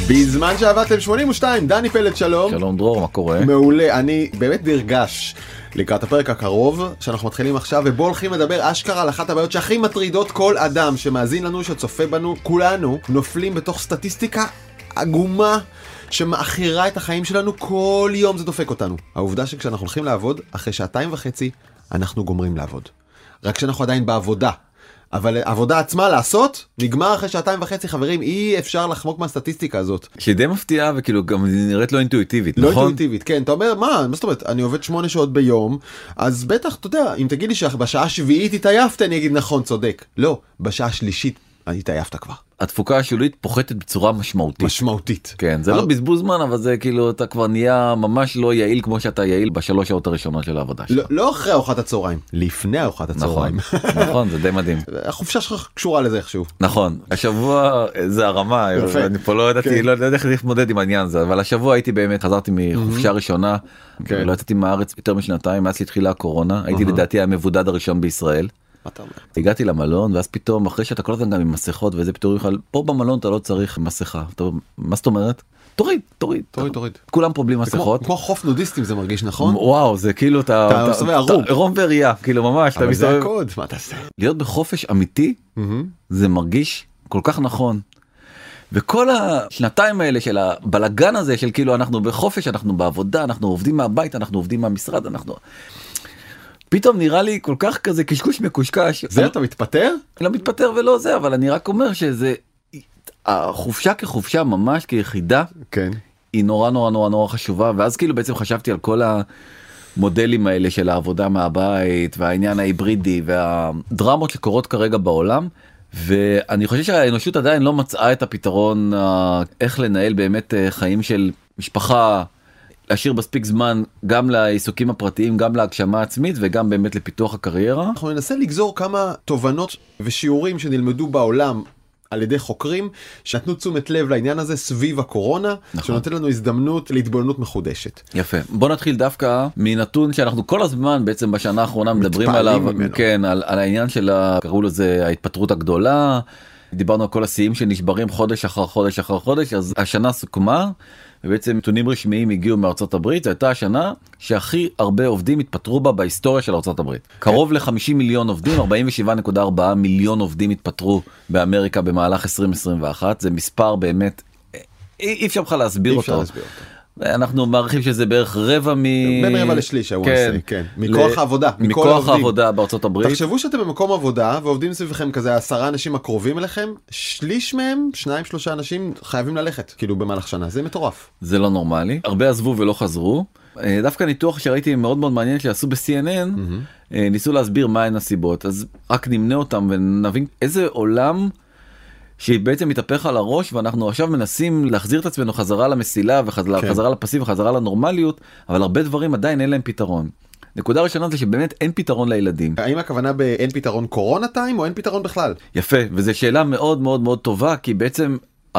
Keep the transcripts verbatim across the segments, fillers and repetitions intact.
בזמן שעבדתם שמונים ושתיים, דני פלד, שלום. שלום דרור, מה קורה? מעולה, אני באמת נרגש לקראת הפרק הקרוב שאנחנו מתחילים עכשיו, ובו הולכים לדבר אשכרה על אחת הבעיות שהכי מטרידות כל אדם שמאזין לנו, שצופה בנו. כולנו נופלים בתוך סטטיסטיקה עגומה שמאחירה את החיים שלנו, כל יום זה דופק אותנו. העובדה שכשאנחנו הולכים לעבוד, אחרי שעתיים וחצי אנחנו גומרים לעבוד. רק שאנחנו עדיין בעבודה. אבל העבודה עצמה לעשות, נגמר אחרי שעתיים וחצי. חברים, אי אפשר לחמוק מהסטטיסטיקה הזאת. שדי מפתיעה וכאילו גם נראית לא אינטואיטיבית, לא נכון? לא אינטואיטיבית, כן. אתה אומר, מה? מה זאת אומרת? אני עובד שמונה שעות ביום, אז בטח, אתה יודע, אם תגיד לי שבשעה השביעית התעייפת, אני אגיד נכון, צודק. לא, בשעה השלישית התעייפת כבר. התפוקה השולית פוחתת בצורה משמעותית. משמעותית. כן, זה לא בזבוז זמן, אבל זה כאילו אתה כבר נהיה ממש לא יעיל כמו שאתה יעיל בשלוש שעות הראשונות של העבודה שלך. לא, לא אחרי ארוחת הצהריים, לפני ארוחת הצהריים. נכון, נכון, זה די מדהים. החופשה שלך קשורה לזה איכשהו. נכון, השבוע זה הרמה, אני פה לא ידעתי, לא יודע איך להתמודד עם העניין הזה, אבל השבוע הייתי באמת, חזרתי מחופשה ראשונה, לא יצאתי מהארץ יותר משנתיים, מאז התחילה הקורונה, הייתי לדעתי המבודד הראשון בישראל. הגעתי למלון, ואז פתאום אחרי שאתה כל הזמן גם עם מסכות וזה, פתאום יוכל, פה במלון אתה לא צריך מסכה. מה זאת אומרת? תוריד, תוריד, תוריד, תוריד. כולם פה בלי מסכות. כמו חוף נודיסטים זה מרגיש, נכון? וואו, זה כאילו אתה עירום וריאה, כאילו ממש. אבל זה הקוד, מה תעשה? להיות בחופש אמיתי, זה מרגיש כל כך נכון. וכל השנתיים האלה של הבלגן הזה, של כאילו אנחנו בחופש, אנחנו בעבודה, אנחנו עובדים מהבית, אנחנו עובדים מהמשרד, אנחנו... פתאום נראה לי כל כך כזה קשקוש מקושקש. זה אתה מתפטר? לא מתפטר ולא זה, אבל אני רק אומר שזה, החופשה כחופשה ממש כיחידה, כן. היא נורא נורא נורא נורא חשובה, ואז כאילו בעצם חשבתי על כל המודלים האלה של העבודה מהבית, והעניין ההיברידי, והדרמות שקורות כרגע בעולם, ואני חושב שהאנושות עדיין לא מצאה את הפתרון, איך לנהל באמת חיים של משפחה, להשאיר מספיק זמן גם לעיסוקים הפרטיים, גם להגשמה עצמית וגם באמת לפיתוח הקריירה. אנחנו ננסה לגזור כמה תובנות ושיעורים שנלמדו בעולם על ידי חוקרים שנתנו תשומת לב לעניין הזה סביב הקורונה, נכון. שנותן לנו הזדמנות להתבוננות מחודשת. יפה. בוא נתחיל דווקא מנתון שאנחנו כל הזמן בעצם בשנה האחרונה מדברים עליו, כן, על, על העניין של, קראו לזה ההתפטרות הגדולה, דיברנו על כל השיאים שנשברים חודש אחר חודש אחר חודש, אז השנה סוכמה, ובעצם נתונים רשמיים הגיעו מארצות הברית, זו הייתה השנה שהכי הרבה עובדים התפטרו בה בהיסטוריה של ארצות הברית. קרוב ל-חמישים מיליון עובדים, ארבעים ושבע נקודה ארבע מיליון עובדים התפטרו באמריקה במהלך עשרים עשרים ואחת, זה מספר באמת, אי אפשר בכלל להסביר אותו. אי אפשר להסביר אותו. אנחנו מעריכים שזה בערך רבע מ... בין רבע לשליש, כן, כן. מכוח העבודה, מכוח העבודה בארצות הברית. תחשבו שאתם במקום עבודה ועובדים סביבכם כזה עשרה אנשים הקרובים אליכם, שליש מהם, שניים שלושה אנשים חייבים ללכת, כאילו במהלך שנה, זה מטורף. זה לא נורמלי, הרבה עזבו ולא חזרו. דווקא ניתוח שראיתי מאוד מאוד מעניין שעשו ב-סי אן אן, ניסו להסביר מהן הסיבות, אז רק נמנה אותם ונבין איזה עולם שבעצם מתהפך על הראש, ואנחנו עכשיו מנסים להחזיר את עצמנו חזרה למסילה, וחזרה לפסיב וחזרה לנורמליות, אבל הרבה דברים עדיין אין להם פתרון. נקודה ראשונה זה שבאמת אין פתרון לילדים. האם הכוונה באין פתרון קורונה טיים, או אין פתרון בכלל? יפה, וזו שאלה מאוד מאוד מאוד טובה, כי בעצם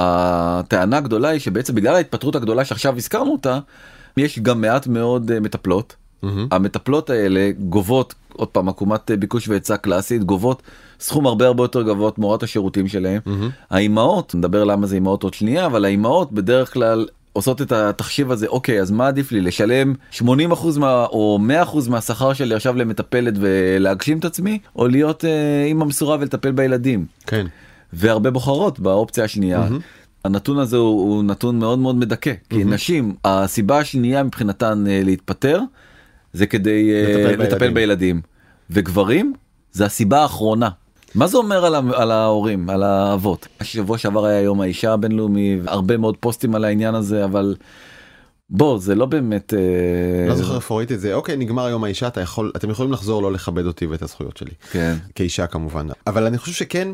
הטענה הגדולה היא שבעצם בגלל ההתפטרות הגדולה שעכשיו הזכרנו אותה, יש גם מעט מאוד מטפלות. המטפלות האלה גובות, עוד פעם, עקומת ביקוש והיצע קלאסית, גובות סכום הרבה הרבה יותר גבוה תמורת השירותים שלהם. האימהות, נדבר למה זה אימהות עוד שנייה, אבל האימהות בדרך כלל עושות את התחשיב הזה, אוקיי, אז מה עדיף לי? לשלם שמונים אחוז מה, או מאה אחוז מהשכר שלי עכשיו למטפלת ולהגשים את עצמי, או להיות אה, אימא מסורה ולטפל בילדים. כן. והרבה בוחרות באופציה השנייה. הנתון הזה הוא, הוא נתון מאוד מאוד מדכא, כי נשים, הסיבה השנייה מבחינתן אה, להתפטר, זה כדי לטפל, לטפל בילדים. בילדים. וגברים, זה הסיבה האחרונה. מה זה אומר על, על ההורים, על האבות? השבוע שעבר היה יום האישה הבינלאומי, הרבה מאוד פוסטים על העניין הזה, אבל בוא, זה לא באמת... לא זוכר איפה ראיתי את זה. אוקיי, נגמר יום האישה, אתה יכול, אתם יכולים לחזור לא לכבד אותי ואת הזכויות שלי. כן. כאישה כמובן. אבל אני חושב שכן...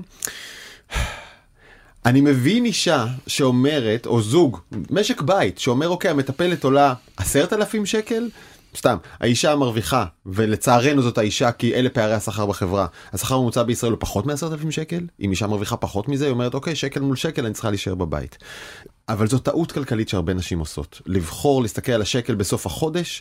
אני מבין אישה שאומרת, או זוג, משק בית, שאומר, אוקיי, המטפלת עולה עשרת אלפים שקל, סתם, האישה מרוויחה, ולצערנו זאת האישה, כי אלה פערי השכר בחברה. השכר הממוצע בישראל הוא פחות מ-עשרת אלפים שקל, אם אישה מרוויחה פחות מזה, היא אומרת, אוקיי, שקל מול שקל, אני צריכה להישאר בבית. אבל זו טעות כלכלית שהרבה נשים עושות. לבחור, להסתכל על השקל בסוף החודש,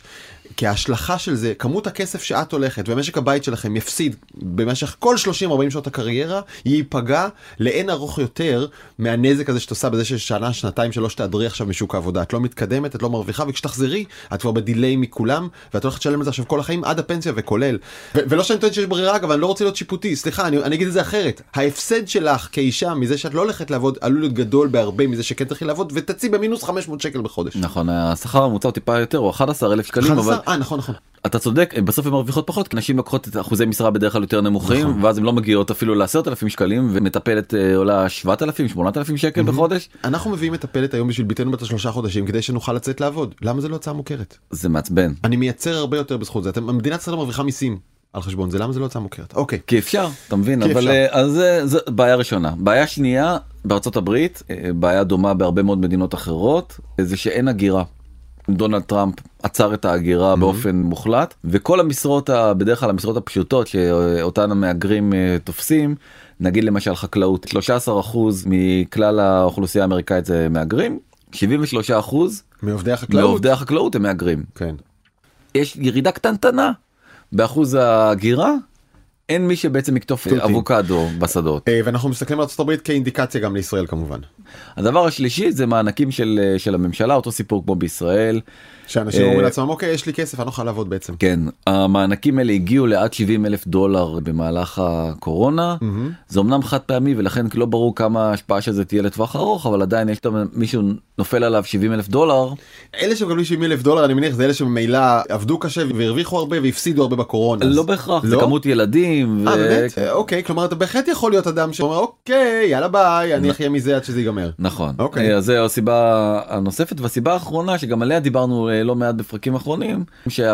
כי ההשלכה של זה, כמות הכסף שאת הולכת, ומשק הבית שלכם יפסיד במשך כל שלושים ארבעים שעות הקריירה, ייפגע לאין ארוך יותר מהנזק הזה שאת עושה בזה ששנה, שנתיים, שלוש תעדרי עכשיו משוק העבודה. את לא מתקדמת, את לא מרוויחה, וכשתחזרי, את כבר בדיליי מכולם, ואת הולכת לשלם את זה עכשיו כל החיים עד הפנסיה וכולל. ו- ולא שאני טוען שיש ברירה, אבל אני לא רוצה להיות שיפוטי. סליחה, אני, אני אגיד את זה אחרת. ההפסד שלך כאישה מזה שאת לא הולכת לעבוד, עלול להיות גדול בהרבה מזה שכן תתחיל לעבוד, ותציא במינוס חמש מאות שקל בחודש. נכון, השכר הממוצע הוא טיפה יותר, הוא אחד עשר אלף שקלים, אבל... אה, נכון, נכון. אתה צודק, בסוף הן מרוויחות פחות, כי נשים לוקחות את אחוזי משרה בדרך כלל יותר נמוכים, ואז הן לא מגיעות אפילו ל-עשרת אלפים שקלים, ומטפלת עולה שבעת אלפים, שמונת אלפים שקל בחודש. אנחנו מביאים מטפלת היום בשביל ביתנו בת השלושה חודשים, כדי שנוכל לצאת לעבוד. למה זה לא הצעה מוכרת? זה מעצבן. אני מייצר הרבה יותר בזכות זה. המדינה צריכה מרוויחה מיסים על חשבון זה, למה זה לא הצעה מוכרת? אוקיי. כי אפשר, אתה מבין, אבל אז זה בעיה ראשונה. בעיה שנייה, בארצות הברית, בעיה דומה בהרבה מאוד מדינות אחרות, זה שאין הגירה. דונלד טראמפ עצר את ההגירה באופן מוחלט, וכל המשרות, בדרך כלל המשרות הפשוטות שאותן המהגרים תופסים, נגיד למשל חקלאות, שלושה עשר אחוז מכלל האוכלוסייה האמריקאית זה מהגרים, שבעים ושלושה אחוז מעובדי החקלאות. מעובדי החקלאות הם מהגרים. כן. יש ירידה קטנטנה באחוז ההגירה, אין מי שבעצם יקטוף אבוקדו בשדות. ואנחנו מסתכלים על ארצות הברית כאינדיקציה גם לישראל כמובן. הדבר השלישי זה מענקים של, של הממשלה, אותו סיפור כמו בישראל. שאנשים אומרים לעצמם, אוקיי, יש לי כסף, אני אוכל לעבוד בעצם. כן, המענקים האלה הגיעו לעד שבעים אלף דולר במהלך הקורונה. זה אמנם חד פעמי, ולכן לא ברור כמה השפעה שזה תהיה לטווח ארוך, אבל עדיין יש מישהו נופל עליו שבעים אלף דולר. אלה שמקבלים שבעים אלף דולר, אני מניח, זה אלה שממילא עבדו קשה והרוויחו הרבה והפסידו הרבה בקורונה. לא בהכרח, זה כמות ילדים. אה, באמת? אוקיי, כלומר, אתה בהחלט יכול להיות אדם שאומר, אוקיי, יאללה ביי, אני אחיה מזה עד שזה ייגמר. נכון. אז זו הסיבה הנוספת, והסיבה האחרונה, שגם עליה דיברנו לא מעט בפרקים האחרונים,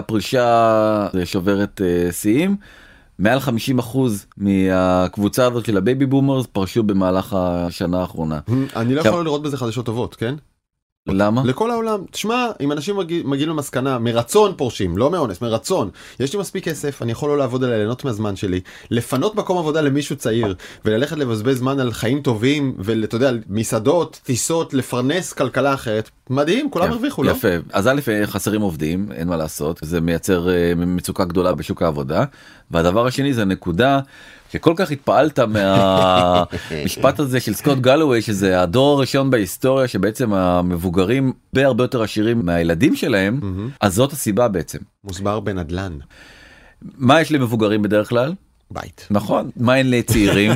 שהפרישה שוברת שיאים. מעל חמישים אחוז מהקבוצה הזאת של הבייבי בומרס פרשו במהלך השנה האחרונה. אני לא יכול לראות בזה חדשות טובות, כן? למה? לכל העולם. תשמע, אם אנשים מגיעים למסקנה, מרצון פורשים, לא מאונס, מרצון. יש לי מספיק כסף, אני יכול לא לעבוד על ליהנות מהזמן שלי, לפנות מקום עבודה למישהו צעיר, וללכת לבזבז זמן על חיים טובים, ואתה יודע, מסעדות, טיסות, לפרנס כלכלה אחרת. מדהים, כולם הרוויחו, לא? יפה. אז א', חסרים עובדים, אין מה לעשות. זה מייצר מצוקה גדולה בשוק העבודה. והדבר השני זה נקודה שכל כך התפעלת מהמשפט הזה של סקוט גלווי, שזה הדור הראשון בהיסטוריה שבעצם המבוגרים בהרבה יותר עשירים מהילדים שלהם, אז זאת הסיבה בעצם. מוסבר בנדלן. מה יש למבוגרים בדרך כלל? בית. נכון. מה אין לצעירים?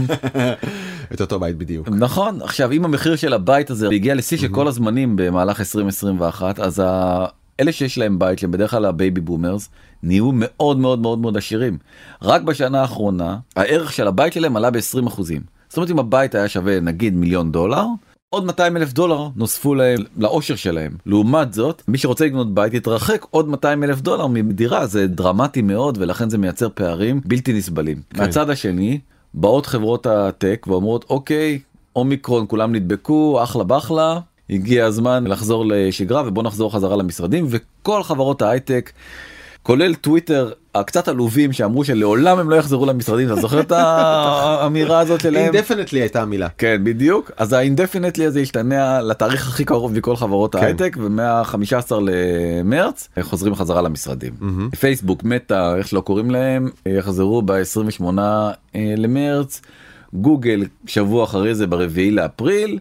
את אותו בית בדיוק. נכון. עכשיו, אם המחיר של הבית הזה הגיע לשיא של כל הזמנים במהלך עשרים עשרים ואחת, אז אלה שיש להם בית, שהם בדרך כלל הבייבי בומרס, נהיו מאוד מאוד מאוד מאוד עשירים. רק בשנה האחרונה, הערך של הבית שלהם עלה ב-עשרים אחוזים. זאת אומרת, אם הבית היה שווה נגיד מיליון דולר, עוד מאתיים אלף דולר נוספו להם לעושר שלהם. לעומת זאת, מי שרוצה לקנות בית יתרחק עוד מאתיים אלף דולר מדירה, זה דרמטי מאוד, ולכן זה מייצר פערים בלתי נסבלים. כן. מהצד השני, באות חברות הטק ואומרות, אוקיי, אומיקרון כולם נדבקו, אחלה בחלה, הגיע הזמן לחזור לשגרה, ובוא נחזור חזרה למשרדים, וכל חברות ההייטק, כולל טוויטר, הקצת עלובים שאמרו שלעולם הם לא יחזרו למשרדים. אתה זוכר את האמירה הזאת שלהם? indefinitely הייתה המילה. כן, בדיוק. אז ה-indefinitely הזה ישתנה לתאריך הכי קרוב מכל חברות ההייטק, ומה-חמישה עשר למרץ חוזרים חזרה למשרדים. פייסבוק, מטא, איך שלא קוראים להם, יחזרו ב-עשרים ושמונה למרץ, גוגל שבוע אחרי זה ברביעי לאפריל,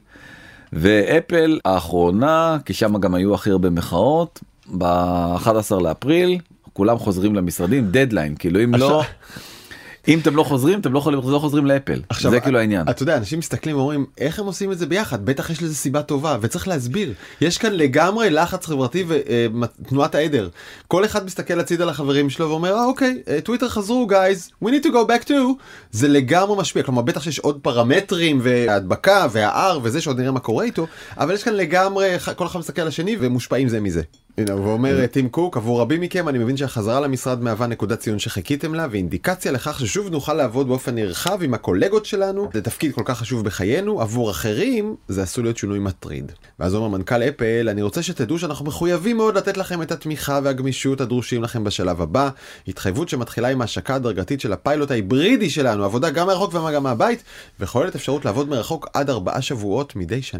ואפל האחרונה, כי שם גם היו הכי הרבה מחאות, ב-אחד עשר לאפריל, כולם חוזרים למשרדים, דדליין, כאילו אם לא, אם אתם לא חוזרים, אתם לא חוזרים לאפל. זה כאילו העניין. אתה יודע, אנשים מסתכלים ואומרים, איך הם עושים את זה ביחד? בטח יש לזה סיבה טובה, וצריך להסביר. יש כאן לגמרי לחץ חברתי ותנועת העדר. כל אחד מסתכל הצידה לחברים שלו ואומר, אה, אוקיי, טוויטר חזרו, guys, we need to go back to. זה לגמרי משפיע. כלומר, בטח שיש עוד פרמטרים, וההדבקה, והאר, וזה שעוד נראה מה קורה איתו, אבל יש כאן לגמרי, כל אחד מסתכל לשני, ומושפעים זה מזה. הנה, הוא אומר, טים קוק, עבור רבים מכם, אני מבין שהחזרה למשרד מהווה נקודת ציון שחיכיתם לה, ואינדיקציה לכך ששוב נוכל לעבוד באופן נרחב עם הקולגות שלנו, זה תפקיד כל כך חשוב בחיינו, עבור אחרים, זה עשוי להיות שינוי מטריד. ואז אומר מנכ"ל אפל, אני רוצה שתדעו שאנחנו מחויבים מאוד לתת לכם את התמיכה והגמישות הדרושים לכם בשלב הבא, התחייבות שמתחילה עם ההשקה הדרגתית של הפיילוט ההיברידי שלנו, עבודה גם מרחוק וגם מהבית, וכוללת אפשרות לעבוד מרחוק עד ארבעה שבועות מדי שנה.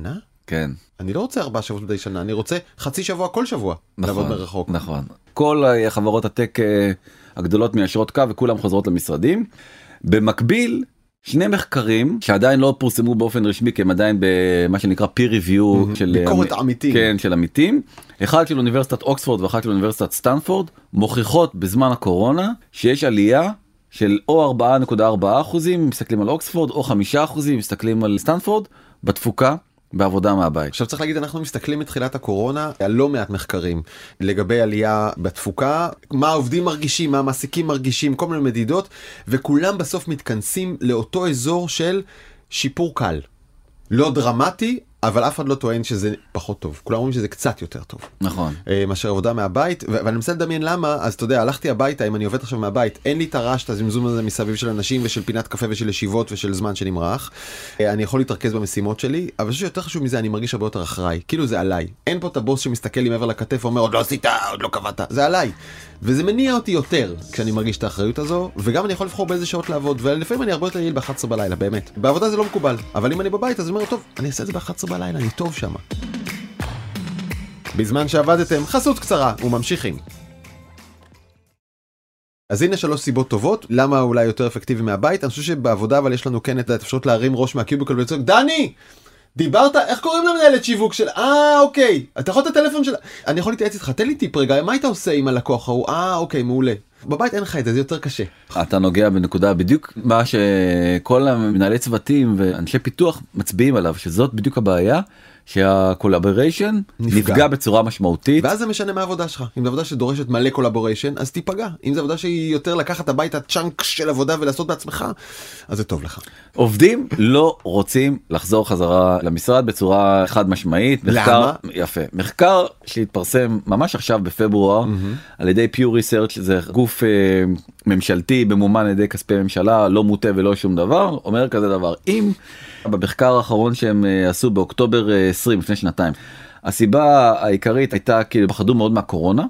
כן. אני לא רוצה ארבעה שבועות מדי שנה, אני רוצה חצי שבוע כל שבוע. נכון, לעבוד מרחוק. נכון. כל חברות הטק הגדולות מיישרות קו וכולם חוזרות למשרדים. במקביל, שני מחקרים שעדיין לא פורסמו באופן רשמי, כי הם עדיין במה שנקרא peer review של ביקורת עמיתים. כן, של עמיתים. אחד של אוניברסיטת אוקספורד ואחד של אוניברסיטת סטנפורד, מוכיחות בזמן הקורונה שיש עלייה של או ארבע נקודה ארבע אחוזים, מסתכלים על אוקספורד, או חמישה אחוזים, מסתכלים על סטנפורד, בתפוקה. בעבודה מהבית. עכשיו צריך להגיד, אנחנו מסתכלים מתחילת הקורונה על לא מעט מחקרים לגבי עלייה בתפוקה, מה העובדים מרגישים, מה המעסיקים מרגישים, כל מיני מדידות, וכולם בסוף מתכנסים לאותו אזור של שיפור קל. לא דרמטי, אבל אף אחד לא טוען שזה פחות טוב. כולם אומרים שזה קצת יותר טוב. נכון. מאשר עבודה מהבית, ואני מנסה לדמיין למה, אז אתה יודע, הלכתי הביתה, אם אני עובד עכשיו מהבית, אין לי את הרעש, את הזמזום הזה מסביב של אנשים, ושל פינת קפה ושל ישיבות ושל זמן שנמרח. אני יכול להתרכז במשימות שלי, אבל שיותר חשוב מזה, אני מרגיש הרבה יותר אחראי. כאילו זה עליי. אין פה את הבוס שמסתכל לי מעבר לכתף ואומר, עוד לא עשית, עוד לא קבעת. זה עליי. וזה מניע אותי יותר כשאני מרגיש את האחריות הזו, וגם אני יכול לבחור באיזה שעות לעבוד, ולפעמים אני הרבה יותר יעיל ב-אחת עשרה בלילה, באמת. בעבודה זה לא מקובל, אבל אם אני בבית, אז אני אומר, טוב, אני אעשה את זה ב-אחת עשרה בלילה, אני טוב שם. בזמן שעבדתם, חסות קצרה, וממשיכים. אז הנה שלוש סיבות טובות, למה אולי יותר אפקטיבי מהבית. אני חושב שבעבודה, אבל יש לנו כן את האפשרות להרים ראש מהקיוביקל ולצעוק, דני! דיברת, איך קוראים למנהלת שיווק של, אה, אוקיי, אתה יכול את הטלפון של, אני יכול להתייעץ איתך, תן לי טיפ רגע, מה היית עושה עם הלקוח ההוא? אה, אוקיי, מעולה. בבית אין לך את זה, זה יותר קשה. אתה נוגע בנקודה בדיוק מה שכל המנהלי צוותים ואנשי פיתוח מצביעים עליו, שזאת בדיוק הבעיה, שהקולאבוריישן נפגע בצורה משמעותית. ואז זה משנה מהעבודה שלך. אם זו עבודה שדורשת מלא קולאבוריישן, אז תיפגע. אם זו עבודה שהיא יותר לקחת הביתה צ'אנק של עבודה ולעשות בעצמך, אז זה טוב לך. עובדים לא רוצים לחזור חזרה למשרד בצורה חד משמעית. למה? יפה. מחקר שהתפרסם ממש עכשיו בפברואר, על ידי פיור ריסרצ', זה גוף ממשלתי במומן על ידי כספי ממשלה, לא מוטה ולא שום דבר, אומר כזה דבר. אם במחקר האחרון שהם עשו באוקטובר עשרים, לפני שנתיים, הסיבה העיקרית הייתה כאילו פחדו מאוד מהקורונה,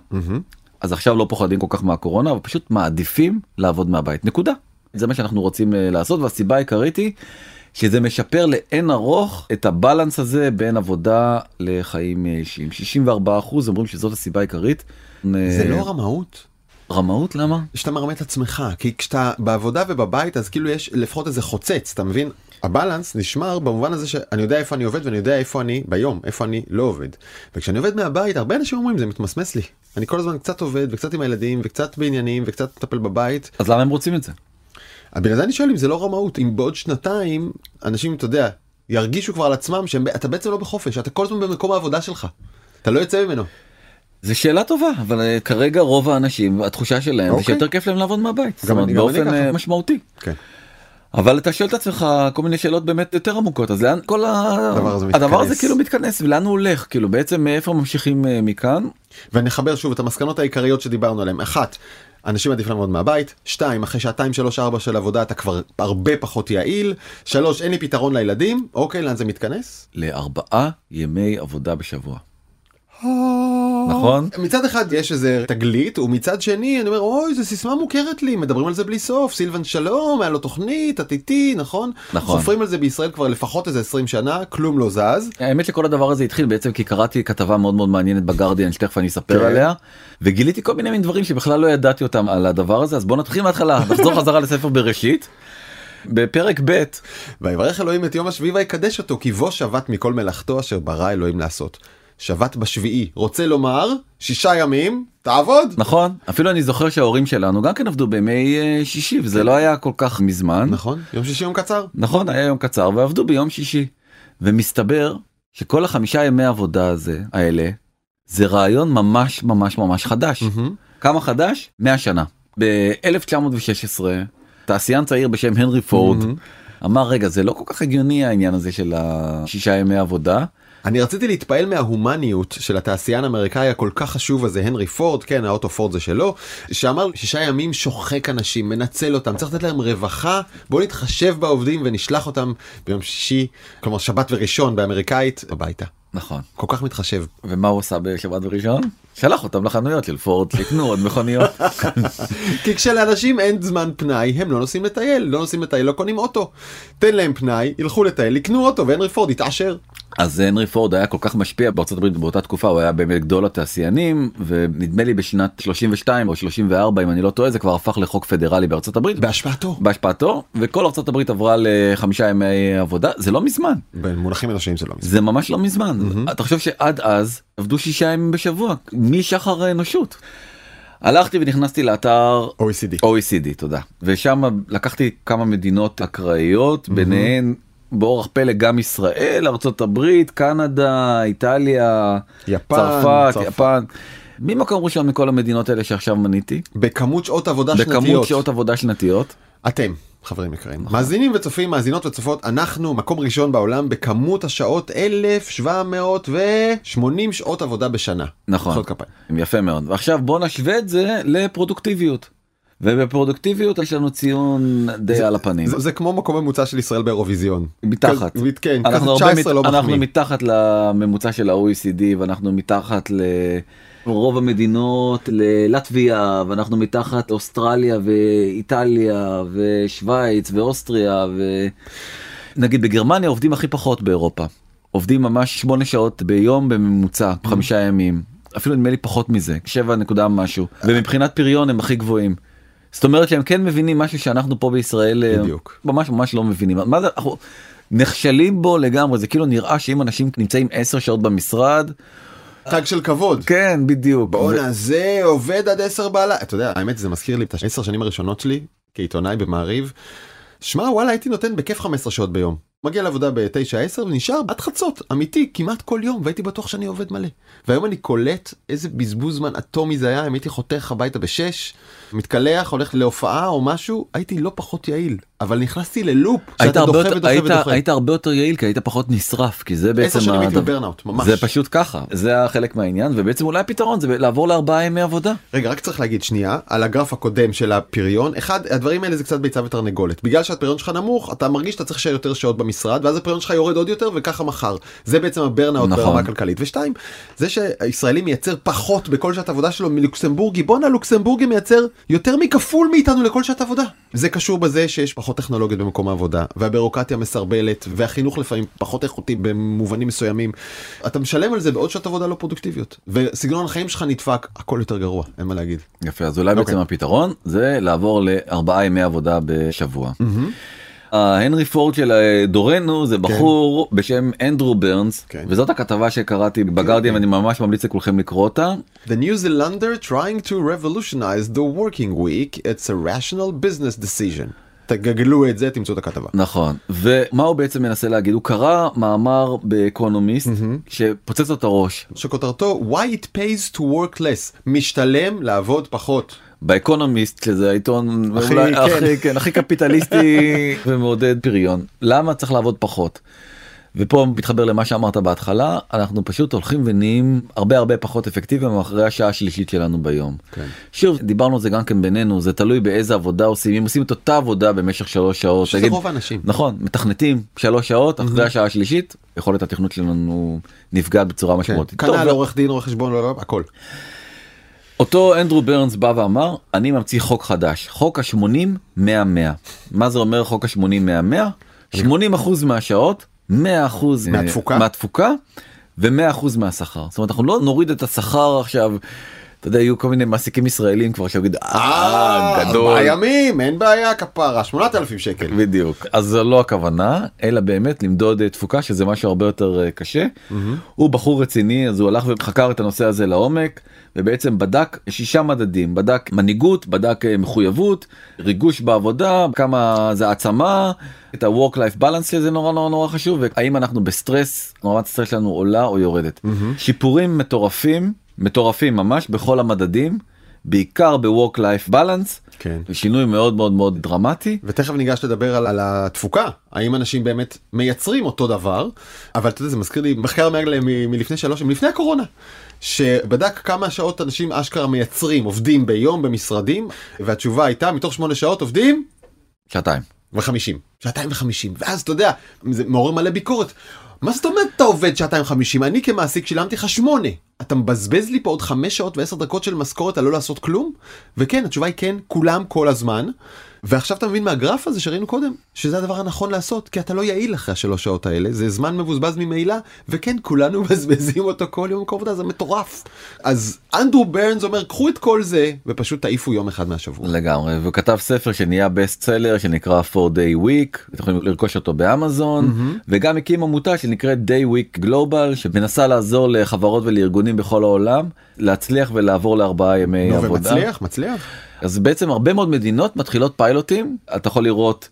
אז עכשיו לא פוחדים כל כך מהקורונה, אבל פשוט מעדיפים לעבוד מהבית. נקודה. זה מה שאנחנו רוצים לעשות, והסיבה העיקרית היא שזה משפר לאין ארוך את הבלנס הזה בין עבודה לחיים אישיים. שישים וארבעה אחוז אומרים שזאת הסיבה העיקרית. זה לא רמאות? רמאות? למה? שאתה מרמה את עצמך, כי כשאתה בעבודה ובבית, אז כאילו יש לפחות איזה חוצץ, אתה מבין? הבלנס נשמר במובן הזה שאני יודע איפה אני עובד ואני יודע איפה אני ביום, איפה אני לא עובד. וכשאני עובד מהבית, הרבה אנשים אומרים, זה מתמסמס לי. אני כל הזמן קצת עובד וקצת עם הילדים וקצת בעניינים וקצת מטפל בבית. אז למה הם רוצים את זה? בגלל זה אני שואל אם זה לא רמאות, אם בעוד שנתיים אנשים, אתה יודע, ירגישו כבר על עצמם שאתה בעצם לא בחופש, אתה כל הזמן במקום העבודה שלך. אתה לא יוצא ממנו. זה שאלה טובה, אבל כרגע רוב האנשים, התחושה שלהם, זה שיותר כיף להם לעבוד מהבית. גם אני, באופן משמעותי. כן. אבל אתה שואל את עצמך כל מיני שאלות באמת יותר עמוקות, אז לאן כל הדבר הזה כאילו מתכנס, ולאן הוא הולך, כאילו בעצם מאיפה ממשיכים מכאן? ונחבר שוב את המסקנות העיקריות שדיברנו עליהן. אחת, אנשים עדיף לעבוד מהבית. שתיים, אחרי שעתיים, שלוש, ארבע של עבודה אתה כבר הרבה פחות יעיל. שלוש, אין לי פתרון לילדים. אוקיי, לאן זה מתכנס? לארבעה ימי עבודה בשבוע. נכון? מצד אחד יש איזה תגלית, ומצד שני אני אומר, אוי, זו סיסמה מוכרת לי, מדברים על זה בלי סוף, סילבן שלום, היה לו תוכנית, עתיתי, נכון? נכון. חופרים על זה בישראל כבר לפחות איזה עשרים שנה, כלום לא זז. האמת שכל הדבר הזה התחיל בעצם כי קראתי כתבה מאוד מאוד מעניינת בגרדיאן, שתכף אני אספר כן. עליה, וגיליתי כל מיני דברים שבכלל לא ידעתי אותם על הדבר הזה, אז בוא נתחיל מההתחלה, נחזור חזרה לספר בראשית. בפרק ב' ויברך אלוהים את יום השביעי ויקדש אותו, כי בו שבת מכל מלאכתו אשר ברא אלוהים לעשות. שבת בשביעי, רוצה לומר, שישה ימים, תעבוד. נכון, אפילו אני זוכר שההורים שלנו גם כן עבדו בימי שישי, וזה כן. לא היה כל כך מזמן. נכון, יום שישי יום קצר. נכון, היה יום קצר, ועבדו ביום שישי. ומסתבר שכל החמישה ימי עבודה הזה, האלה, זה רעיון ממש ממש ממש חדש. Mm-hmm. כמה חדש? מאה שנה. ב-אלף תשע מאות ושש עשרה, תעשיין צעיר בשם הנרי פורד, mm-hmm. אמר, רגע, זה לא כל כך הגיוני העניין הזה של השישה ימי עבודה. אני רציתי להתפעל מההומניות של התעשיין האמריקאי הכל כך חשוב הזה, הנרי פורד, כן, האוטו פורד זה שלו, שאמר שישה ימים שוחק אנשים, מנצל אותם, צריך לתת להם רווחה, בואו נתחשב בעובדים ונשלח אותם ביום שישי, כלומר שבת וראשון באמריקאית, הביתה. נכון. כל כך מתחשב. ומה הוא עושה בשבת וראשון? שלח אותם לחנויות של פורד, לקנו עוד מכוניות. כי כשלאנשים אין זמן פנאי, הם לא נוסעים לטייל, לא נוסעים לטייל, לא קונים אוטו. תן להם פנאי, ילכו לטייל, לקנו אוטו, והנרי פורד יתעשר. אז הנרי פורד היה כל כך משפיע בארצות הברית באותה תקופה, הוא היה באמת גדול התעשיינים, ונדמה לי בשנת שלושים ושתיים או שלושים וארבע, אם אני לא טועה, זה כבר הפך לחוק פדרלי בארצות הברית. בהשפעתו. בהשפעתו, וכל ארצות הברית עברה לחמישה ימי עבודה, זה לא מזמן. במונחים אנושיים זה לא מזמן. זה ממש לא מזמן. אתה חושב שעד אז עבדו שישה ימים בשבוע, משחר האנושות. הלכתי ונכנסתי לאתר או אי סי די. או אי סי די, תודה. ושם לקחתי כמה מדינות אקראיות, ביניהן באורח פלא גם ישראל, ארצות הברית, קנדה, איטליה, יפן, צרפת, צרפת. יפן. מי מקום ראשון מכל המדינות האלה שעכשיו מניתי? בכמות שעות עבודה שנתיות. בכמות שעות עבודה שנתיות. אתם, חברים יקרים. מאזינים וצופים, מאזינות וצופות, אנחנו מקום ראשון בעולם בכמות השעות אלף שבע מאות ושמונים שעות עבודה בשנה. נכון. מחיאות כפיים. יפה מאוד. ועכשיו בוא נשווה את זה לפרודוקטיביות. ובפרודוקטיביות יש לנו ציון די זה, על הפנים. זה, זה כמו מקום ממוצע של ישראל באירוויזיון. מתחת. כ, כן, אנחנו, כזה תשע עשרה לא אנחנו מחמיא. מתחת לממוצע של ה-או אי סי די, ואנחנו מתחת לרוב המדינות, ללטביה, ואנחנו מתחת לאוסטרליה ואיטליה ושוויץ ואוסטריה, ונגיד בגרמניה עובדים הכי פחות באירופה. עובדים ממש שמונה שעות ביום בממוצע, חמישה ימים. אפילו נדמה לי פחות מזה, שבע נקודה משהו. ומבחינת פריון הם הכי גבוהים. זאת אומרת שהם כן מבינים משהו שאנחנו פה בישראל בדיוק. ממש ממש לא מבינים. מה זה, אנחנו נכשלים בו לגמרי, זה כאילו נראה שאם אנשים נמצאים עשר שעות במשרד, תג של כבוד. כן, בדיוק. בואנה, ו... זה עובד עד עשר בעלה. אתה יודע, האמת זה מזכיר לי את העשר שנים הראשונות שלי, כעיתונאי במעריב. שמע, וואלה, הייתי נותן בכיף חמש עשרה שעות ביום. מגיע לעבודה ב-תשע עשר ונשאר עד חצות, אמיתי, כמעט כל יום, והייתי בטוח שאני עובד מלא. והיום אני קולט איזה בזבוז זמן אטומי זה היה, אם הייתי חותך הביתה בשש, מתקלח, הולך להופעה או משהו, הייתי לא פחות יעיל. אבל נכנסתי ללופ, שאתה דוחה ודוחה ודוחה. היית הרבה יותר יעיל, כי היית פחות נשרף, כי זה בעצם... עשר שנים הייתי בברנאוט, ממש. זה פשוט ככה, זה החלק מהעניין, ובעצם אולי הפתרון זה לעבור לארבעה ימי עבודה. רגע, רק צריך להגיד שנייה, על הגרף הקודם של הפריון, אחד, הדברים האלה זה קצת ביצה ותרנגולת. בגלל שהפריון שלך נמוך, אתה מרגיש שאתה צריך שיהיה יותר שעות במשרד, ואז הפריון שלך יורד עוד יותר, וככה מחר. זה בעצם הברנאוט ברמה הכלכלית. ושתיים, זה שהישראלי מייצר פחות בכל שעת עבודה שלו מלוקסמבורגי, בונה לוקסמבורגי מייצר יותר מכפול מאיתנו לכל שעת עבודה. זה קשור בזה שיש פחות טכנולוגיות במקום העבודה, והבירוקרטיה מסרבלת, והחינוך לפעמים פחות איכותי במובנים מסוימים. אתה משלם על זה בעוד שעת עבודה לא פרודוקטיביות. וסגנון החיים שלך נדפק, הכל יותר גרוע, אין מה להגיד. יפה, אז אולי בעצם הפתרון זה לעבור לארבעה ימי עבודה בשבוע. ההנרי פורד של דורנו זה בחור בשם אנדרו ברנס, וזאת הכתבה שקראתי בגרדיאן, ואני ממש ממליץ לכולכם לקרוא אותה. The New Zealander trying to revolutionize the working week, it's a rational business decision. תגגלו את זה, תמצאו את הכתבה. נכון, ומה הוא בעצם מנסה להגיד? הוא קרא מאמר באקונומיסט שפוצץ לו את הראש. שכותרתו, Why it pays to work less, משתלם לעבוד פחות. באקונומיסט, שזה העיתון הכי, אולי, כן. הכי, כן, הכי קפיטליסטי ומעודד פריון. למה צריך לעבוד פחות? ופה מתחבר למה שאמרת בהתחלה, אנחנו פשוט הולכים ונהיים הרבה הרבה פחות אפקטיביים אחרי השעה השלישית שלנו ביום. כן. שוב, דיברנו על זה גם כן בינינו, זה תלוי באיזה עבודה עושים, אם עושים את אותה עבודה במשך שלוש שעות. שזה תגיד, רוב האנשים. נכון, מתכנתים שלוש שעות, אחרי השעה השלישית, יכולת התכנות שלנו נפגעת בצורה משמעותית. כן. כנ"ל עורך דין, עורך חשבון, הכל. אותו אנדרו ברנס בא ואמר, אני ממציא חוק חדש, חוק ה-שמונים מאה מאה. מה זה אומר חוק ה-שמונים מאה מאה? שמונים אחוז מהשעות, מאה אחוז מהתפוקה, מהתפוקה ו-מאה אחוז מהשכר. זאת אומרת, אנחנו לא נוריד את השכר עכשיו, אתה יודע, יהיו כל מיני מעסיקים ישראלים כבר שיגידו, אה, גדול. ארבעה ימים, אין בעיה, כפרה, שמונת אלפים שקל. בדיוק. אז זו לא הכוונה, אלא באמת למדוד תפוקה, שזה משהו הרבה יותר קשה. הוא בחור רציני, אז הוא הלך וחקר את הנושא הזה לעומק, ובעצם בדק שישה מדדים, בדק מנהיגות, בדק מחויבות, ריגוש בעבודה, כמה זה העצמה, את ה-work-life balance שזה נורא נורא נורא חשוב, והאם אנחנו בסטרס, רמת הסטרס שלנו עולה או יורדת. שיפורים מטורפים, מטורפים ממש בכל המדדים, בעיקר ב-work-life balance, כן. שינוי מאוד מאוד מאוד דרמטי. ותכף ניגש לדבר על, על התפוקה, האם אנשים באמת מייצרים אותו דבר, אבל אתה יודע, זה מזכיר לי מחקר מ- מ- מלפני שלוש, מלפני הקורונה, שבדק כמה שעות אנשים אשכרה מייצרים, עובדים ביום במשרדים, והתשובה הייתה, מתוך שמונה שעות עובדים? שעתיים. וחמישים. שעתיים וחמישים. ואז אתה יודע, זה מעורר מלא ביקורת. מה זאת אומרת אתה עובד שעתיים וחמישים? אני כמעסיק שילמתי לך שמונה. אתה מבזבז לי פה עוד חמש שעות ועשר דקות של משכורת על לא לעשות כלום? וכן, התשובה היא כן, כולם כל הזמן. ועכשיו אתה מבין מהגרף הזה שראינו קודם, שזה הדבר הנכון לעשות, כי אתה לא יעיל אחרי השלוש שעות האלה, זה זמן מבוזבז ממעילה, וכן, כולנו מבזבזים אותו כל יום מקום עבודה, זה מטורף. אז אנדרו ברנס אומר, קחו את כל זה, ופשוט תעיפו יום אחד מהשבוע. לגמרי, והוא כתב ספר שנהיה בסט סלר, שנקרא four day week, אתם יכולים לרכוש אותו באמזון, mm-hmm. וגם הקים עמותה שנקראת Day Week Global, שמנסה לעזור לחברות ולארגונים בכל העולם, להצליח ולעבור לארבעה ימי נו, עבודה. ומצליח, מצליח. אז בעצם הרבה מאוד מדינות מתחילות פיילוטים, אתה יכול לראות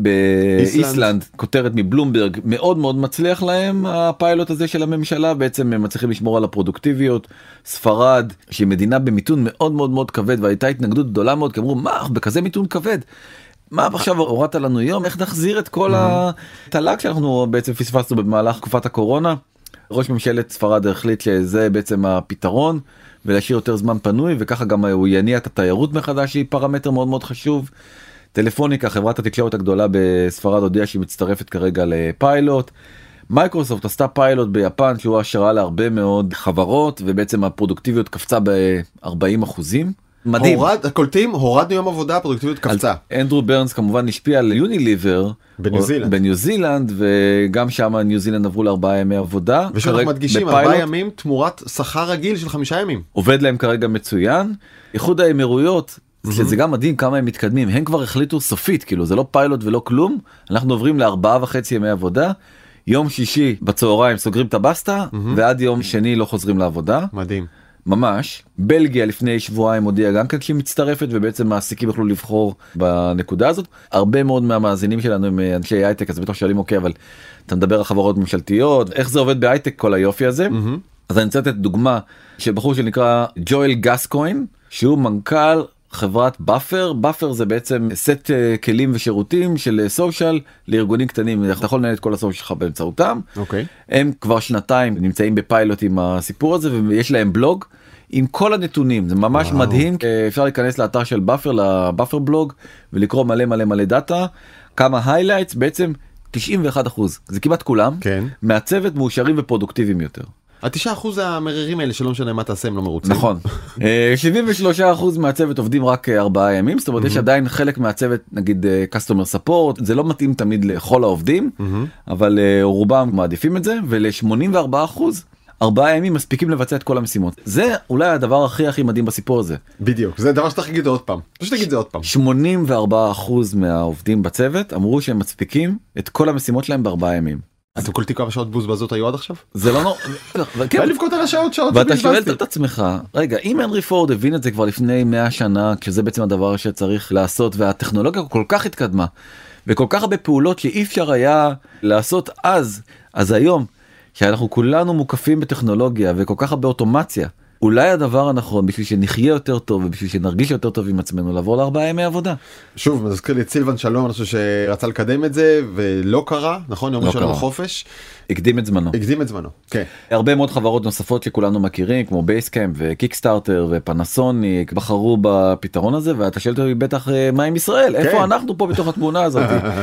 באיסלנד, כותרת מבלומברג, מאוד מאוד מצליח להם הפיילוט הזה של הממשלה, בעצם הם מצליחים לשמור על הפרודוקטיביות. ספרד, שהיא מדינה במיתון מאוד מאוד מאוד כבד, והייתה התנגדות גדולה מאוד, כי אמרו, מה, בכזה מיתון כבד? מה עכשיו הורדת לנו יום? איך נחזיר את כל התל"ג שאנחנו בעצם פספסנו במהלך תקופת הקורונה? ראש ממשלת ספרד החליט שזה בעצם הפתרון, ולהשאיר יותר זמן פנוי, וככה גם הוא יניע את התיירות מחדש, שהיא פרמטר מאוד מאוד חשוב. טלפוניקה, חברת התקשורת הגדולה בספרד, הודיעה שהיא מצטרפת כרגע לפיילוט. מייקרוסופט עשתה פיילוט ביפן, שהוא השראה להרבה מאוד חברות, ובעצם הפרודוקטיביות קפצה ב-ארבעים אחוזים. מדהים. הורד, הקולטים, הורדנו יום עבודה, הפרודוקטיביות קפצה. אנדרו ברנס כמובן השפיע על יוניליבר. בניו זילנד. בניו זילנד, וגם שם ניו זילנד עברו לארבעה ימי עבודה. ושאנחנו מדגישים, ארבעה ימים תמורת שכר רגיל של חמישה ימים. עובד להם כרגע מצוין. איחוד האמירויות, שזה גם מדהים כמה הם מתקדמים, הם כבר החליטו סופית, כאילו זה לא פיילוט ולא כלום, אנחנו עוברים לארבעה וחצי ימי עבודה, יום שישי בצהריים סוגרים את הבסטה, ועד יום שני לא חוזרים לעבודה. מדהים. ממש. בלגיה לפני שבועיים הודיעה גם כן שהיא מצטרפת, ובעצם מעסיקים יוכלו לבחור בנקודה הזאת. הרבה מאוד מהמאזינים שלנו הם אנשי הייטק, אז בטח שואלים, אוקיי, אבל אתה מדבר על חברות ממשלתיות, איך זה עובד בהייטק כל היופי הזה? אז אני רוצה לתת דוגמה של בחור שנקרא ג'ואל גסקוין, שהוא מנכ"ל חברת באפר. באפר זה בעצם סט כלים ושירותים של סושיאל לארגונים קטנים, אתה יכול לנהל את כל הסושיאל שלך באמצעותם. אוקיי. הם כבר שנתיים נמצאים בפיילוט עם הסיפור הזה, ויש להם בלוג עם כל הנתונים, זה ממש וואו. מדהים. אפשר להיכנס לאתר של באפר, לבאפר בלוג, ולקרוא מלא מלא מלא דאטה, כמה highlights, בעצם תשעים ואחד אחוז, זה כמעט כולם, כן. מהצוות מאושרים ופרודוקטיביים יותר. התשעה אחוז המרירים האלה שלא משנה מה תעשה הם לא מרוצים. נכון. שבעים ושלושה אחוז מהצוות עובדים רק ארבעה ימים, זאת אומרת יש עדיין חלק מהצוות, נגיד customer support, זה לא מתאים תמיד לכל העובדים, אבל רובם מעדיפים את זה, ול-שמונים וארבעה אחוז ארבעה ימים מספיקים לבצע את כל המשימות. זה אולי הדבר הכי הכי מדהים בסיפור הזה. בדיוק, זה דבר שצריך להגיד עוד פעם. פשוט תגיד זה עוד פעם. שמונים וארבעה אחוז מהעובדים בצוות אמרו שהם מספיקים את כל המשימות שלהם בארבעה ימים. אתם קולטים כמה שעות בוזבזות היו עד עכשיו? זה לא נורא. בא לבכות על השעות שעות. ואתה שואל את עצמך, רגע, אם הנרי פורד הבין את זה כבר לפני מאה שנה, כשזה בעצם הדבר שצריך לעשות, והטכנולוגיה כל כך התקדמה, וכל כך הרבה פעולות שאי אפשר היה לעשות אז, אז היום, שאנחנו כולנו מוקפים בטכנולוגיה וכל כך הרבה אוטומציה, אולי הדבר הנכון בשביל שנחיה יותר טוב ובשביל שנרגיש יותר טוב עם עצמנו לעבור לארבעה ימי עבודה. שוב, מזכיר לי את סילבן שלום, אני חושב שרצה לקדם את זה ולא קרה, נכון? יום ראשון החופש. הקדים את זמנו. הקדים את זמנו, כן. הרבה מאוד חברות נוספות שכולנו מכירים, כמו בייסקאמפ וקיקסטארטר ופנסוניק, בחרו בפתרון הזה, ואתה שואל אותי בטח מה עם ישראל? איפה אנחנו פה בתוך התמונה הזאת?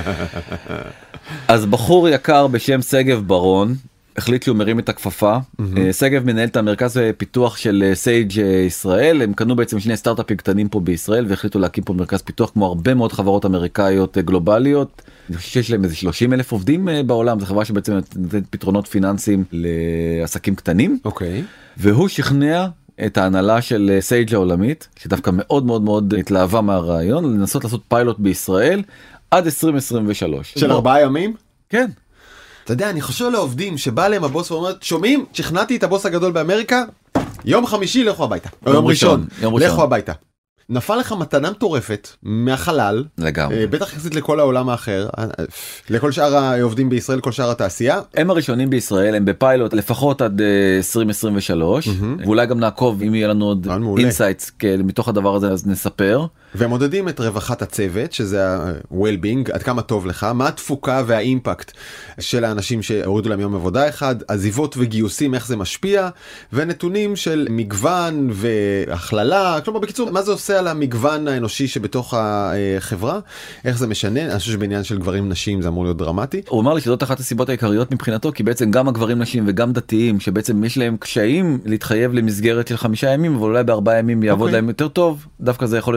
אז בחור יקר בשם סגב ברון, החליט שהוא מרים את הכפפה. סגב מנהל את המרכז פיתוח של סייג' ישראל, הם קנו בעצם שני סטארט-אפים קטנים פה בישראל והחליטו להקים פה מרכז פיתוח כמו הרבה מאוד חברות אמריקאיות גלובליות. אני חושב שיש להם איזה שלושים אלף עובדים בעולם, זו חברה שבעצם נותנת פתרונות פיננסיים לעסקים קטנים. אוקיי. והוא שכנע את ההנהלה של סייג' העולמית, שדווקא מאוד מאוד מאוד התלהבה מהרעיון, לנסות לעשות פיילוט בישראל עד עשרים עשרים ושלוש. של ארבעה ימים? כן. אתה יודע, אני חושב לעובדים שבא להם הבוס ואומר, שומעים, שכנעתי את הבוס הגדול באמריקה, יום חמישי לכו הביתה. יום, יום ראשון, ראשון, לכו הביתה. נפל לך מתנה מטורפת מהחלל, לגמרי. בטח יחסית לכל העולם האחר, לכל שאר העובדים בישראל, כל שאר התעשייה. הם הראשונים בישראל, הם בפיילוט לפחות עד עשרים עשרים ושלוש, ואולי גם נעקוב אם יהיה לנו עוד אינסייטס מתוך הדבר הזה, אז נספר. והם מודדים את רווחת הצוות, שזה ה-well-being, עד כמה טוב לך, מה התפוקה והאימפקט של האנשים שהורידו להם יום עבודה אחד, עזיבות וגיוסים, איך זה משפיע, ונתונים של מגוון והכללה, כלומר בקיצור, מה זה עושה על המגוון האנושי שבתוך החברה, איך זה משנה, אני חושב שבעניין של גברים נשים זה אמור להיות דרמטי. הוא אמר לי שזאת אחת הסיבות העיקריות מבחינתו, כי בעצם גם הגברים נשים וגם דתיים, שבעצם יש להם קשיים להתחייב למסגרת של חמישה ימים, אבל אולי בארבעה ימים יעבוד להם יותר טוב, דווקא זה יכול להיות פתרון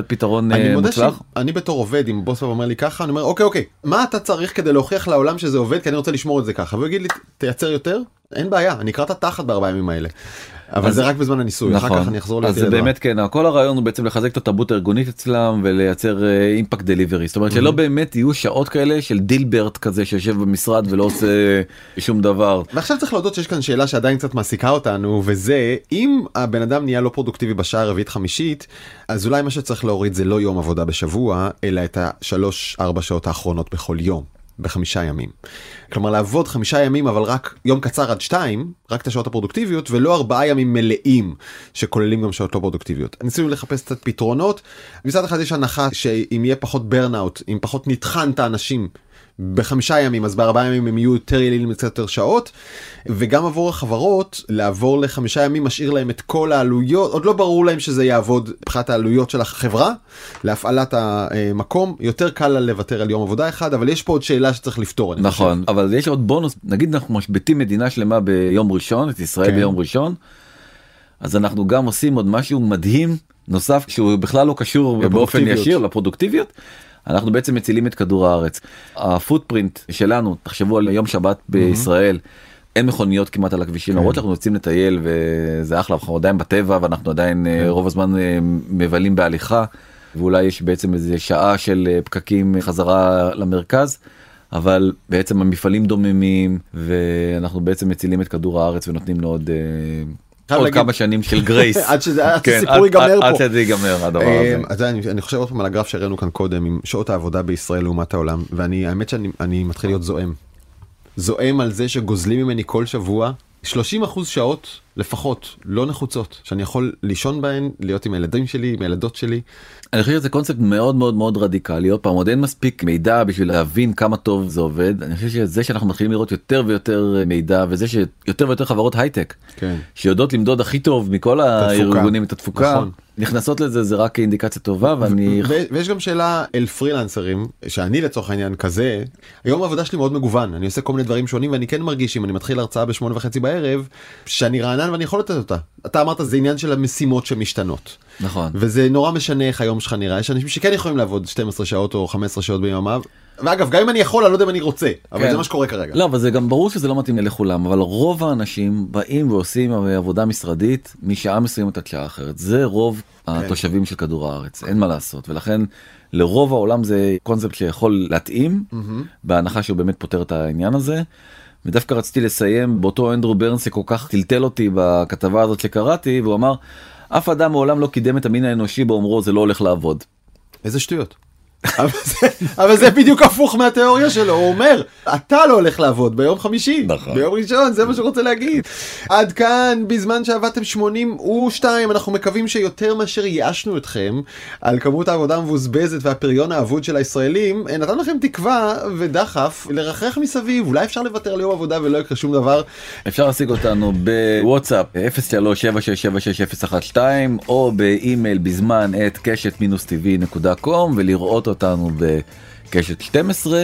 רעיון אני מודה מוצלח. שאני בתור עובד, אם בוס אומר לי ככה, אני אומר, אוקיי, אוקיי, מה אתה צריך כדי להוכיח לעולם שזה עובד, כי אני רוצה לשמור את זה ככה, והוא יגיד לי, תייצר יותר, אין בעיה, אני אקרא את התחת בארבעה ימים האלה. אבל זה רק בזמן הניסוי, אחר כך אני אחזור אז זה באמת כן, כל הרעיון הוא בעצם לחזק את התרבות הארגונית אצלם ולייצר אימפקט דליברי, זאת אומרת שלא באמת יהיו שעות כאלה של דילברט כזה שיושב במשרד ולא עושה שום דבר. ועכשיו צריך להודות שיש כאן שאלה שעדיין קצת מעסיקה אותנו, וזה אם הבן אדם נהיה לא פרודוקטיבי בשעה הרביעית חמישית, אז אולי מה שצריך להוריד זה לא יום עבודה בשבוע, אלא את השלוש ארבע שעות האחרונות בכל יום. בחמישה ימים. כלומר, לעבוד חמישה ימים, אבל רק יום קצר עד שתיים, רק את השעות הפרודוקטיביות, ולא ארבעה ימים מלאים, שכוללים גם שעות לא פרודוקטיביות. ניסינו לחפש קצת פתרונות. מצד אחד יש הנחה שאם יהיה פחות ברנאוט, אם פחות נטחן את האנשים, בחמישה ימים, אז בארבעה ימים הם יהיו יותר יעילים קצת יותר שעות, וגם עבור החברות, לעבור לחמישה ימים משאיר להם את כל העלויות, עוד לא ברור להם שזה יעבוד מבחינת העלויות של החברה, להפעלת המקום, יותר קל לוותר על יום עבודה אחד, אבל יש פה עוד שאלה שצריך לפתור. נכון, אבל יש עוד בונוס, נגיד אנחנו משבטים מדינה שלמה ביום ראשון, את ישראל ביום ראשון, אז אנחנו גם עושים עוד משהו מדהים, נוסף, שהוא בכלל לא קשור באופן ישיר לפרודוקטיביות, אנחנו בעצם מצילים את כדור הארץ. הפוטפרינט שלנו, תחשבו על יום שבת בישראל, אין מכוניות כמעט על הכבישים, למרות שאנחנו יוצאים לטייל וזה אחלה, אנחנו עדיין בטבע ואנחנו עדיין רוב הזמן מבלים בהליכה, ואולי יש בעצם איזה שעה של פקקים חזרה למרכז, אבל בעצם המפעלים דוממים ואנחנו בעצם מצילים את כדור הארץ ונותנים לו עוד... עוד כמה שנים של גרייס. עד שהסיפור ייגמר פה. עד שזה ייגמר, הדבר הזה. אני חושב עוד פעם על הגרף שהראינו כאן קודם, עם שעות העבודה בישראל לעומת העולם, ואני, האמת שאני מתחיל להיות זועם. זועם על זה שגוזלים ממני כל שבוע, שלושים אחוז שעות לפחות, לא נחוצות, שאני יכול לישון בהן, להיות עם הילדים שלי, עם הילדות שלי. אני חושב שזה קונספט מאוד מאוד מאוד רדיקלי, עוד פעם, עוד אין מספיק מידע בשביל להבין כמה טוב זה עובד. אני חושב שזה שאנחנו מתחילים לראות יותר ויותר מידע, וזה שיותר ויותר חברות הייטק, כן. שיודעות למדוד הכי טוב מכל הארגונים את התפוקה, נכון. נכנסות לזה, זה רק אינדיקציה טובה, ואני... ו- ויש גם שאלה אל פרילנסרים, שאני לצורך העניין כזה, היום העבודה שלי מאוד מגוון, אני עושה כל מיני דברים שונים, ואני כן מרגיש, אם אני מתחיל הרצאה בשמונה וחצי בערב, שאני רענן ואני יכול לתת אותה. אתה אמרת, זה עניין של המשימות שמשתנות. נכון. וזה נורא משנה איך היום שלך נראה, יש אנשים שכן יכולים לעבוד שתים עשרה שעות או חמש עשרה שעות ביממה, ואגב, גם אם אני יכול, אני לא יודע אם אני רוצה, אבל כן. זה מה שקורה כרגע. לא, אבל זה גם ברור שזה לא מתאים לכולם, אבל רוב האנשים באים ועושים עבודה משרדית משעה מסוימת עד שעה אחרת. זה רוב כן. התושבים של כדור הארץ, אין מה לעשות, ולכן לרוב העולם זה קונספט שיכול להתאים, mm-hmm. בהנחה שהוא באמת פותר את העניין הזה, ודווקא רציתי לסיים באותו אנדרו ברנס שכל כך טלטל אותי בכתבה הזאת שקראתי, והוא אמר, אף אדם מעולם לא קידם את המין האנושי באומרו, זה לא הולך לעבוד. איזה שטויות. אבל, זה, אבל זה בדיוק הפוך מהתיאוריה שלו, הוא אומר, אתה לא הולך לעבוד ביום חמישי, נכון. ביום ראשון, זה מה שהוא רוצה להגיד. עד כאן, בזמן שעבדתם שמונים ושתיים, אנחנו מקווים שיותר מאשר ייאשנו אתכם על כמות העבודה המבוזבזת והפריון האבוד של הישראלים, נתנו לכם תקווה ודחף לרחח מסביב, אולי אפשר לוותר על יום עבודה ולא יקרה שום דבר. אפשר להשיג אותנו בוואטסאפ אפס שלוש שבע שש שבע שש אפס אחת שתיים או באימייל בזמן את קשת טי וי נקודה קום ולראות אותנו בקשת שתים עשרה,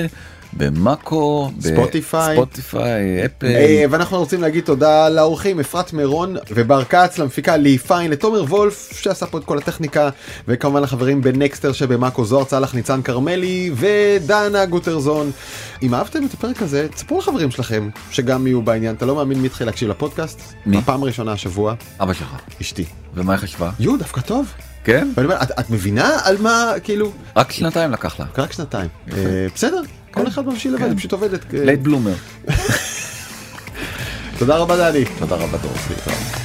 במאקו, ספוטיפיי, ספוטיפיי, אפל. ואנחנו רוצים להגיד תודה לאורחים אפרת מירון ובר כץ, למפיקה לי פיין, לתומר וולף שעשה פה את כל הטכניקה, וכמובן לחברים בנקסטר שבמאקו, זוהר צלח, ניצן קרמלי ודנה גוטרזון. אם אהבתם את הפרק הזה, תספרו לחברים שלכם שגם יהיו בעניין. אתה לא מאמין מי התחיל להקשיב לפודקאסט? מי? בפעם הראשונה השבוע. אבא שלך. אשתי. ומה היא חשבה? יו, דווקא טוב. כן? ואני אומר, את, את מבינה על מה, כאילו... רק שנתיים לקח לה. רק שנתיים. אה, בסדר, כל אחד ממשיל לבד, היא פשוט עובדת. לייט בלומר. תודה רבה דני. תודה רבה דורסי.